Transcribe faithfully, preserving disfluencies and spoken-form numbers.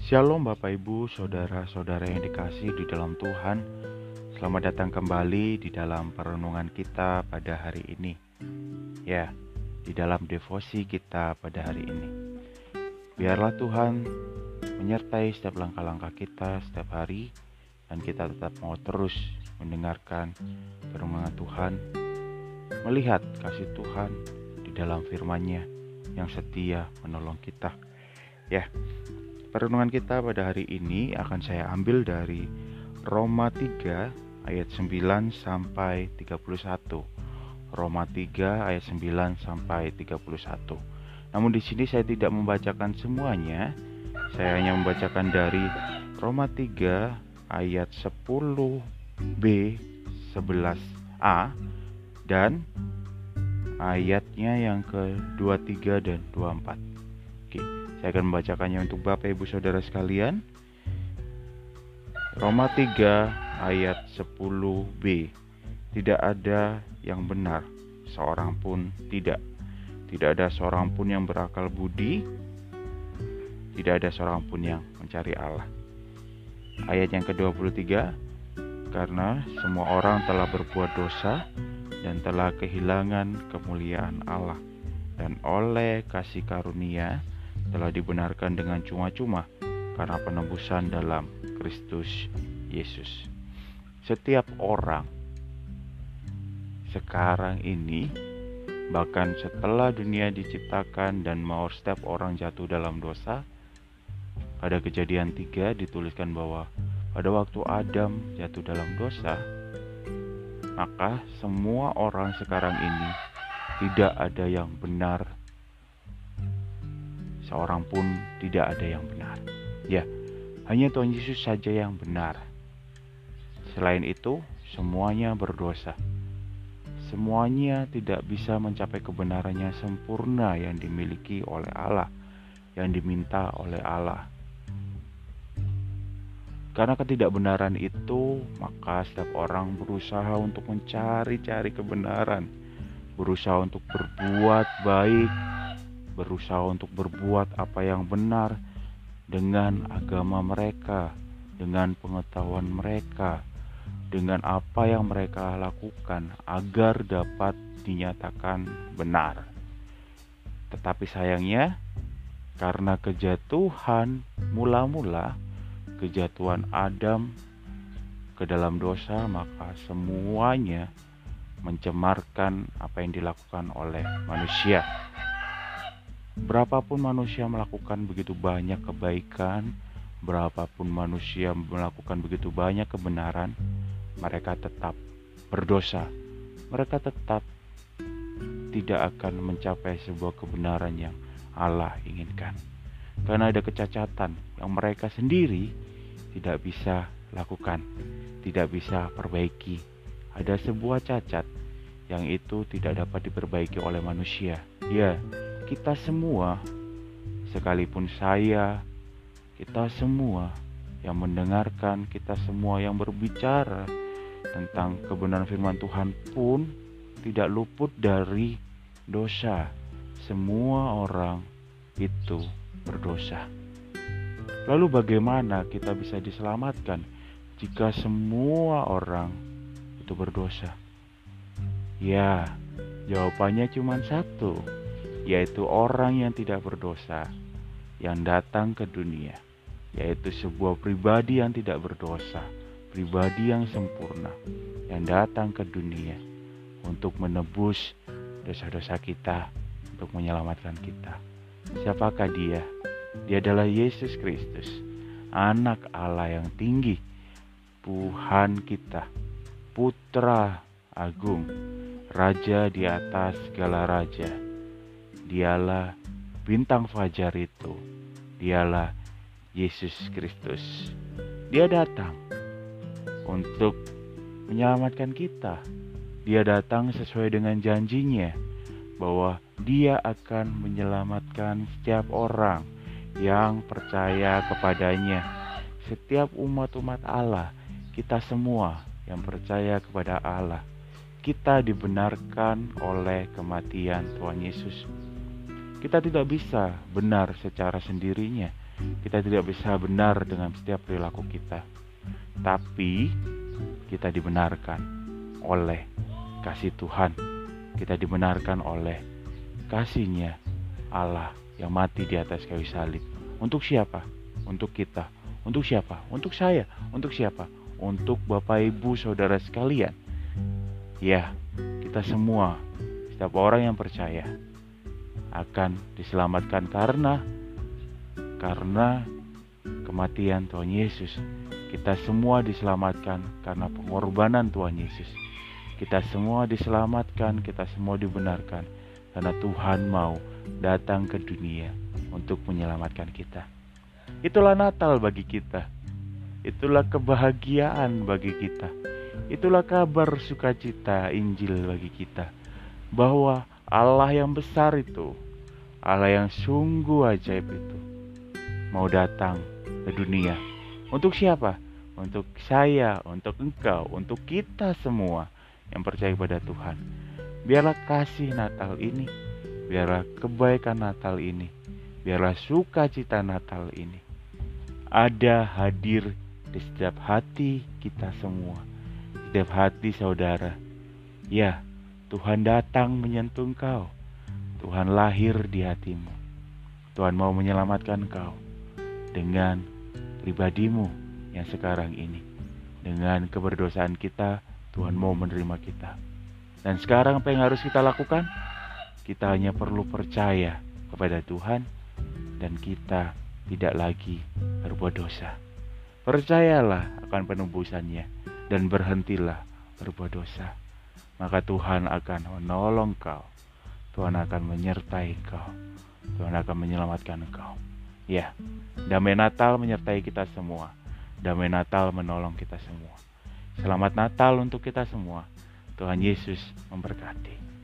Shalom Bapak Ibu, Saudara-saudara yang dikasihi di dalam Tuhan. Selamat datang kembali di dalam perenungan kita pada hari ini. Ya, di dalam devosi kita pada hari ini. Biarlah Tuhan menyertai setiap langkah-langkah kita setiap hari, dan kita tetap mau terus mendengarkan perenungan Tuhan, melihat kasih Tuhan di dalam firman-Nya yang setia menolong kita. Ya, perenungan kita pada hari ini akan saya ambil dari Roma tiga ayat sembilan sampai tiga puluh satu. Roma tiga ayat sembilan sampai tiga puluh satu. Namun di sini saya tidak membacakan semuanya. Saya hanya membacakan dari Roma tiga ayat sepuluh b, sebelas a dan ayatnya yang ke dua puluh tiga dan dua puluh empat. Oke, saya akan membacakannya untuk Bapak Ibu Saudara sekalian. Roma tiga ayat sepuluh b. Tidak ada yang benar, seorang pun tidak. Tidak ada seorang pun yang berakal budi. Tidak ada seorang pun yang mencari Allah. Ayat yang ke dua puluh tiga. Karena semua orang telah berbuat dosa dan telah kehilangan kemuliaan Allah, dan oleh kasih karunia telah dibenarkan dengan cuma-cuma karena penebusan dalam Kristus Yesus. Setiap orang sekarang ini, bahkan setelah dunia diciptakan dan mau setiap orang jatuh dalam dosa, pada Kejadian tiga dituliskan bahwa pada waktu Adam jatuh dalam dosa, maka semua orang sekarang ini tidak ada yang benar. Seorang pun tidak ada yang benar. Ya, hanya Tuhan Yesus saja yang benar. Selain itu, semuanya berdosa. Semuanya tidak bisa mencapai kebenarannya sempurna yang dimiliki oleh Allah, yang diminta oleh Allah. Karena ketidakbenaran itu, maka setiap orang berusaha untuk mencari-cari kebenaran, berusaha untuk berbuat baik, berusaha untuk berbuat apa yang benar dengan agama mereka, dengan pengetahuan mereka, dengan apa yang mereka lakukan agar dapat dinyatakan benar. Tetapi sayangnya, karena kejatuhan mula-mula, kejatuhan Adam ke dalam dosa, maka semuanya mencemarkan apa yang dilakukan oleh manusia. Berapapun manusia melakukan begitu banyak kebaikan, berapapun manusia melakukan begitu banyak kebenaran, mereka tetap berdosa. Mereka tetap tidak akan mencapai sebuah kebenaran yang Allah inginkan. Karena ada kecacatan yang mereka sendiri tidak bisa lakukan, tidak bisa perbaiki. Ada sebuah cacat yang itu tidak dapat diperbaiki oleh manusia. Ya, kita semua, sekalipun saya, kita semua yang mendengarkan, kita semua yang berbicara tentang kebenaran firman Tuhan pun tidak luput dari dosa. Semua orang itu berdosa. Lalu bagaimana kita bisa diselamatkan jika semua orang itu berdosa? Ya, jawabannya cuma satu, yaitu orang yang tidak berdosa yang datang ke dunia, yaitu sebuah pribadi yang tidak berdosa, pribadi yang sempurna yang datang ke dunia untuk menebus dosa-dosa kita, untuk menyelamatkan kita. Siapakah dia? Dia adalah Yesus Kristus, Anak Allah yang tinggi, Tuhan kita, Putra Agung, Raja di atas segala raja. Dialah bintang fajar itu. Dialah Yesus Kristus. Dia datang untuk menyelamatkan kita. Dia datang sesuai dengan janjinya bahwa Dia akan menyelamatkan setiap orang yang percaya kepadanya. Setiap umat-umat Allah, kita semua yang percaya kepada Allah, kita dibenarkan oleh kematian Tuhan Yesus. Kita tidak bisa benar secara sendirinya. Kita tidak bisa benar dengan setiap perilaku kita, tapi kita dibenarkan oleh kasih Tuhan. Kita dibenarkan oleh kasih-Nya Allah yang mati di atas kayu salib. Untuk siapa? Untuk kita. Untuk siapa? Untuk saya. Untuk siapa? Untuk Bapak Ibu Saudara sekalian. Ya, kita semua, setiap orang yang percaya akan diselamatkan karena karena kematian Tuhan Yesus. Kita semua diselamatkan karena pengorbanan Tuhan Yesus. Kita semua diselamatkan, kita semua dibenarkan karena Tuhan mau datang ke dunia untuk menyelamatkan kita. Itulah Natal bagi kita. Itulah kebahagiaan bagi kita. Itulah kabar sukacita Injil bagi kita, bahwa Allah yang besar itu, Allah yang sungguh ajaib itu, mau datang ke dunia. Untuk siapa? Untuk saya, untuk engkau, untuk kita semua yang percaya pada Tuhan. Biarlah kasih Natal ini, biarlah kebaikan Natal ini, biarlah sukacita Natal ini ada hadir di setiap hati kita semua, di setiap hati saudara. Ya, Tuhan datang menyentuh engkau. Tuhan lahir di hatimu. Tuhan mau menyelamatkan engkau dengan pribadimu yang sekarang ini. Dengan keberdosaan kita, Tuhan mau menerima kita. Dan sekarang apa yang harus kita lakukan? Kita hanya perlu percaya kepada Tuhan, dan kita tidak lagi berbuat dosa. Percayalah akan penebusannya dan berhentilah berbuat dosa. Maka Tuhan akan menolong kau. Tuhan akan menyertai kau. Tuhan akan menyelamatkan engkau. Ya, damai Natal menyertai kita semua. Damai Natal menolong kita semua. Selamat Natal untuk kita semua. Tuhan Yesus memberkati.